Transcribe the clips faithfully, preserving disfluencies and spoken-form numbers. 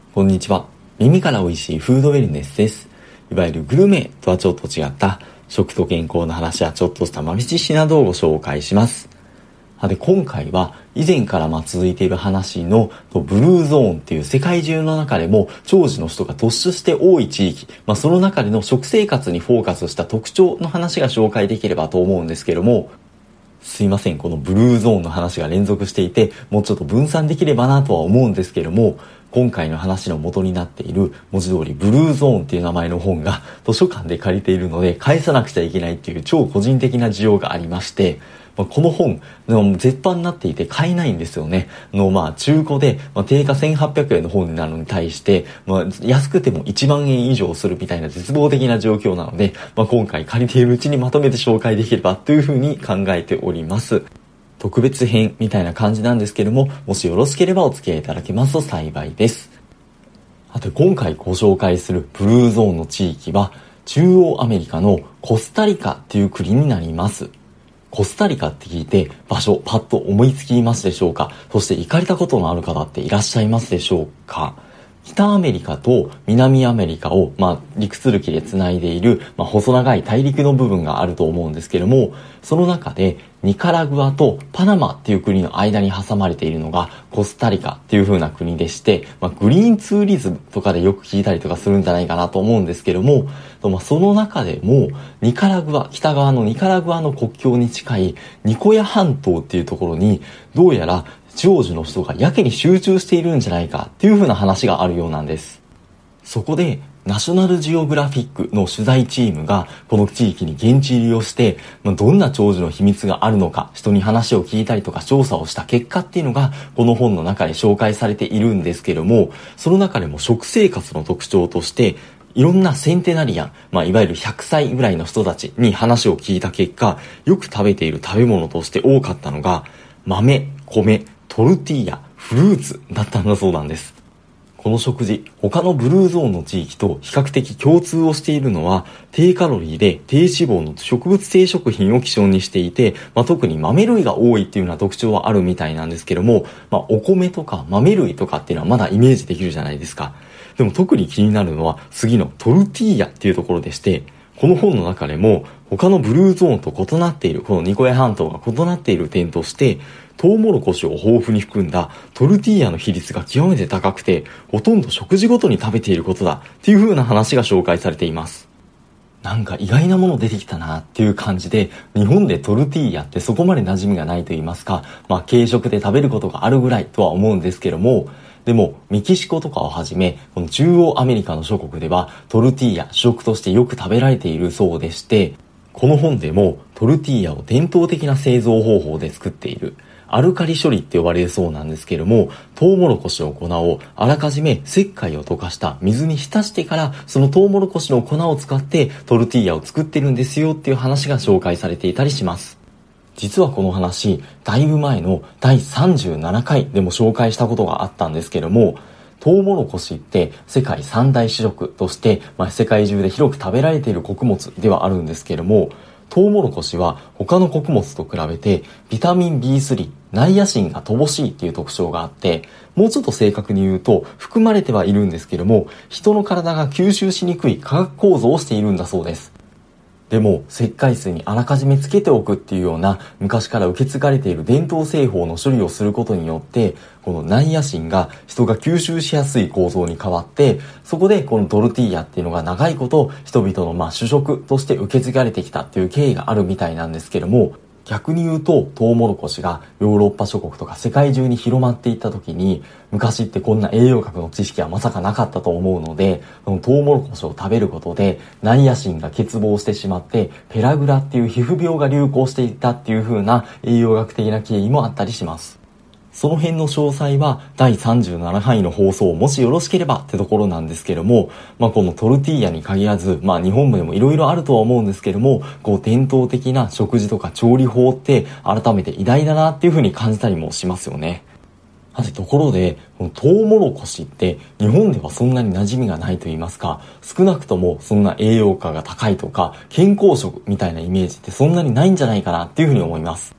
こんにちは。耳から美味しいフードウェルネスです。いわゆるグルメとはちょっと違った食と健康の話やちょっとした豆知識などをご紹介します。で、今回は以前からまあ続いている話のブルーゾーンっていう世界中の中でも長寿の人が突出して多い地域、まあ、その中での食生活にフォーカスした特徴の話が紹介できればと思うんですけども、すいません、このブルーゾーンの話が連続していてもうちょっと分散できればなとは思うんですけども、今回の話の元になっている文字通りブルーゾーンっていう名前の本が図書館で借りているので返さなくちゃいけないっていう超個人的な事情がありまして、この本絶版になっていて買えないんですよね。のまあ中古で、まあ、定価せんはっぴゃくえんの本なのに対して、まあ、安くてもいちまんえん以上するみたいな絶望的な状況なので、まあ、今回借りているうちにまとめて紹介できればというふうに考えております。特別編みたいな感じなんですけども、もしよろしければお付き合いいただけますと幸いです。あと今回ご紹介するブルーゾーンの地域は中央アメリカのコスタリカっていう国になります。コスタリカって聞いて場所パッと思いつきますでしょうか。そして行かれたことのある方っていらっしゃいますでしょうか。北アメリカと南アメリカを、まあ、陸続きでつないでいる、まあ、細長い大陸の部分があると思うんですけども、その中でニカラグアとパナマっていう国の間に挟まれているのがコスタリカっていう風な国でして、まあ、グリーンツーリズムとかでよく聞いたりとかするんじゃないかなと思うんですけども、まあ、その中でもニカラグア、北側のニカラグアの国境に近いニコヤ半島っていうところにどうやら長寿の人がやけに集中しているんじゃないかっていう風な話があるようなんです。そこでナショナルジオグラフィックの取材チームがこの地域に現地入りをして、まあ、どんな長寿の秘密があるのか人に話を聞いたりとか調査をした結果っていうのがこの本の中で紹介されているんですけども、その中でも食生活の特徴としていろんなセンテナリアン、まあ、いわゆるひゃくさいぐらいの人たちに話を聞いた結果、よく食べている食べ物として多かったのが豆、米、トルティーヤ、フルーツだったんだそうなんです。この食事、他のブルーゾーンの地域と比較的共通をしているのは低カロリーで低脂肪の植物性食品を基準にしていて、まあ、特に豆類が多いっていうような特徴はあるみたいなんですけども、まあ、お米とか豆類とかっていうのはまだイメージできるじゃないですか。でも特に気になるのは次のトルティーヤっていうところでして、この本の中でも他のブルーゾーンと異なっている、このニコヤ半島が異なっている点としてトウモロコシを豊富に含んだトルティーヤの比率が極めて高くて、ほとんど食事ごとに食べていることだっていう風な話が紹介されています。なんか意外なもの出てきたなっていう感じで、日本でトルティーヤってそこまで馴染みがないと言いますか、まあ軽食で食べることがあるぐらいとは思うんですけども、でもメキシコとかをはじめこの中央アメリカの諸国ではトルティーヤ主食としてよく食べられているそうでして、この本でもトルティーヤを伝統的な製造方法で作っているアルカリ処理って呼ばれるそうなんですけれども、トウモロコシの粉をあらかじめ石灰を溶かした水に浸してからそのトウモロコシの粉を使ってトルティーヤを作ってるんですよっていう話が紹介されていたりします。実はこの話、だいぶ前のだいさんじゅうななかいでも紹介したことがあったんですけども、トウモロコシって世界三大主食として、まあ、世界中で広く食べられている穀物ではあるんですけども、トウモロコシは他の穀物と比べてビタミン ビースリー、ナイアシンが乏しいっていう特徴があって、もうちょっと正確に言うと含まれてはいるんですけども、人の体が吸収しにくい化学構造をしているんだそうです。でも石灰水にあらかじめつけておくっていうような昔から受け継がれている伝統製法の処理をすることによって、このナイアシンが人が吸収しやすい構造に変わって、そこでこのトルティーヤっていうのが長いこと人々のまあ主食として受け継がれてきたっていう経緯があるみたいなんですけども、逆に言うとトウモロコシがヨーロッパ諸国とか世界中に広まっていった時に、昔ってこんな栄養学の知識はまさかなかったと思うので、このトウモロコシを食べることでナイアシンが欠乏してしまってペラグラっていう皮膚病が流行していたっていう風な栄養学的な経緯もあったりします。その辺の詳細はだいさんじゅうななかいの放送もしよろしければってところなんですけども、まあこのトルティーヤに限らず、まあ日本でもいろいろあるとは思うんですけども、こう伝統的な食事とか調理法って改めて偉大だなっていう風に感じたりもしますよね。さてところで、このトウモロコシって日本ではそんなに馴染みがないと言いますか、少なくともそんな栄養価が高いとか健康食みたいなイメージってそんなにないんじゃないかなっていう風に思います。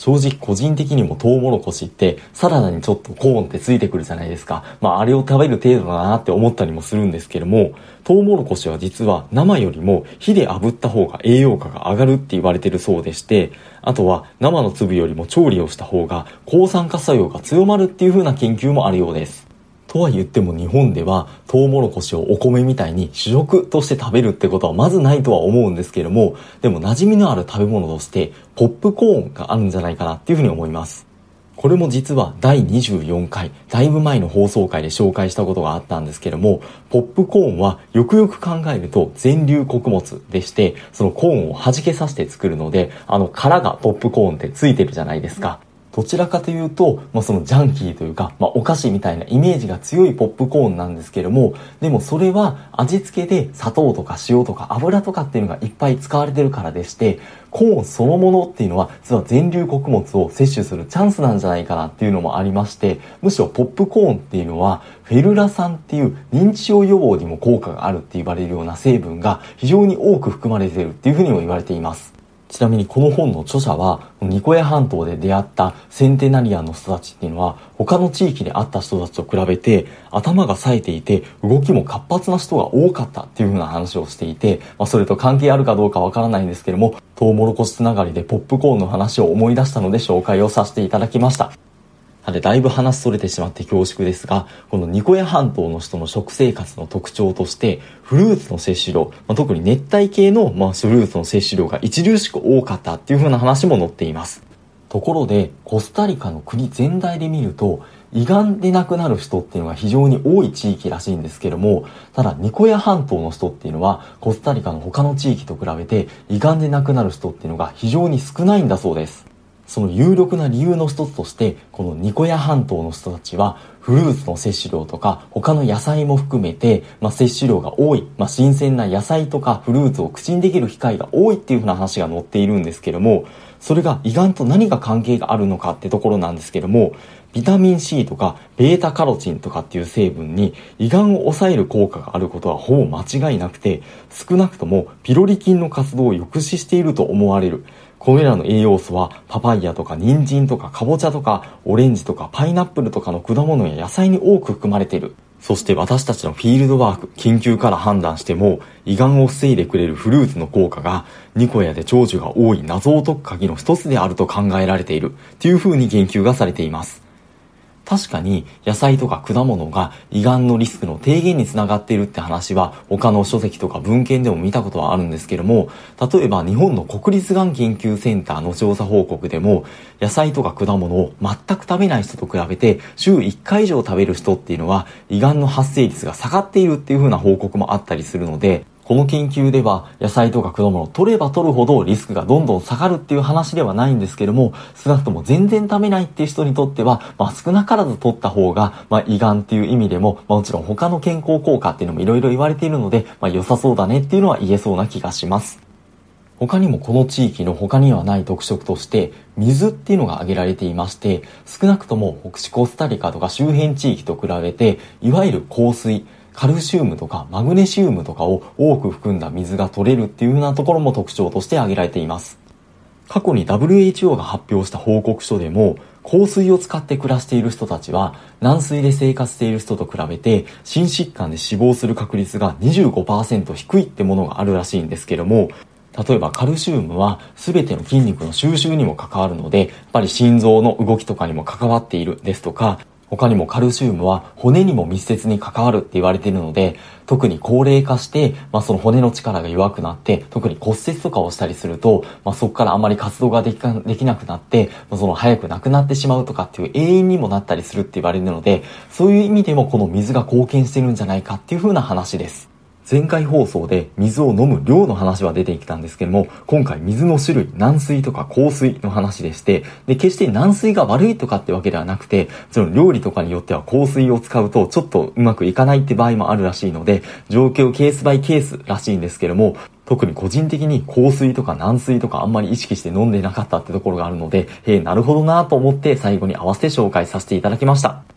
正直個人的にもトウモロコシってサラダにちょっとコーンってついてくるじゃないですか。まああれを食べる程度だなって思ったりもするんですけども、トウモロコシは実は生よりも火で炙った方が栄養価が上がるって言われてるそうでして、あとは生の粒よりも調理をした方が抗酸化作用が強まるっていう風な研究もあるようです。とは言っても日本ではトウモロコシをお米みたいに主食として食べるってことはまずないとは思うんですけれども、でも馴染みのある食べ物としてポップコーンがあるんじゃないかなっていうふうに思います。これも実はだいにじゅうよんかい、だいぶ前の放送回で紹介したことがあったんですけども、ポップコーンはよくよく考えると全粒穀物でして、そのコーンを弾けさせて作るので、あの殻がポップコーンってついてるじゃないですか。どちらかというと、まあ、そのジャンキーというか、まあ、お菓子みたいなイメージが強いポップコーンなんですけども、でもそれは味付けで砂糖とか塩とか油とかっていうのがいっぱい使われてるからでして、コーンそのものっていうのは実は全粒穀物を摂取するチャンスなんじゃないかなっていうのもありまして、むしろポップコーンっていうのはフェルラ酸っていう認知症予防にも効果があるって言われるような成分が非常に多く含まれているっていうふうにも言われています。ちなみにこの本の著者はニコヤ半島で出会ったセンテナリアンの人たちっていうのは他の地域で会った人たちと比べて頭が冴えていて動きも活発な人が多かったっていう風な話をしていて、まあ、それと関係あるかどうかわからないんですけども、トウモロコシつながりでポップコーンの話を思い出したので紹介をさせていただきました。でだいぶ話それてしまって恐縮ですが、このニコヤ半島の人の食生活の特徴としてフルーツの摂取量、まあ、特に熱帯系の、まあ、フルーツの摂取量が著しく多かったっていう風な話も載っています。ところでコスタリカの国全体で見ると胃がんで亡くなる人っていうのが非常に多い地域らしいんですけども、ただニコヤ半島の人っていうのはコスタリカの他の地域と比べて胃がんで亡くなる人っていうのが非常に少ないんだそうです。その有力な理由の一つとして、このニコヤ半島の人たちはフルーツの摂取量とか他の野菜も含めて、まあ、摂取量が多い、まあ、新鮮な野菜とかフルーツを口にできる機会が多いっていうふうな話が載っているんですけども、それが胃がんと何が関係があるのかってところなんですけども、ビタミン C とかベータカロチンとかっていう成分に胃がんを抑える効果があることはほぼ間違いなくて、少なくともピロリ菌の活動を抑止していると思われる。これらの栄養素はパパイヤとか人参とかカボチャとかオレンジとかパイナップルとかの果物や野菜に多く含まれている。そして私たちのフィールドワーク、研究から判断しても胃がんを防いでくれるフルーツの効果がニコヤで長寿が多い謎を解く鍵の一つであると考えられているというふうに言及がされています。確かに野菜とか果物が胃がんのリスクの低減につながっているって話は他の書籍とか文献でも見たことはあるんですけども、例えば日本の国立がん研究センターの調査報告でも野菜とか果物を全く食べない人と比べて週いっかい以上食べる人っていうのは胃がんの発生率が下がっているっていう風な報告もあったりするので、この研究では野菜とか果物を取れば取るほどリスクがどんどん下がるっていう話ではないんですけども、少なくとも全然食べないっていう人にとっては、まあ、少なからず取った方が、まあ、胃がんっていう意味でも、まあ、もちろん他の健康効果っていうのもいろいろ言われているので、まあ、良さそうだねっていうのは言えそうな気がします。他にもこの地域の他にはない特色として水っていうのが挙げられていまして、少なくともコスタリカとか周辺地域と比べていわゆる硬水、カルシウムとかマグネシウムとかを多く含んだ水が取れるっていう風なところも特徴として挙げられています。過去に ダブリューエイチオー が発表した報告書でも、硬水を使って暮らしている人たちは軟水で生活している人と比べて心疾患で死亡する確率が にじゅうごパーセント 低いってものがあるらしいんですけども、例えばカルシウムは全ての筋肉の収集にも関わるので、やっぱり心臓の動きとかにも関わっているですとか、他にもカルシウムは骨にも密接に関わるって言われているので、特に高齢化して、まあ、その骨の力が弱くなって、特に骨折とかをしたりすると、まあ、そこからあまり活動ができか、できなくなって、まあ、その早く亡くなってしまうとかっていう原因にもなったりするって言われるので、そういう意味でもこの水が貢献してるんじゃないかっていう風な話です。前回放送で水を飲む量の話は出てきたんですけども、今回水の種類、軟水とか硬水の話でして、で、決して軟水が悪いとかってわけではなくて、その料理とかによっては硬水を使うとちょっとうまくいかないって場合もあるらしいので、状況ケースバイケースらしいんですけども、特に個人的に硬水とか軟水とかあんまり意識して飲んでなかったってところがあるので、えー、なるほどなと思って最後に合わせて紹介させていただきました。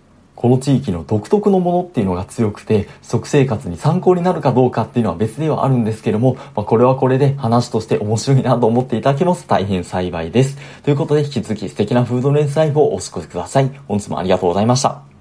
この地域の独特のものっていうのが強くて、食生活に参考になるかどうかっていうのは別ではあるんですけども、まあ、これはこれで話として面白いなと思っていただけます。大変幸いです。ということで、引き続き素敵なフードレンスライフをお過ごしください。本日もありがとうございました。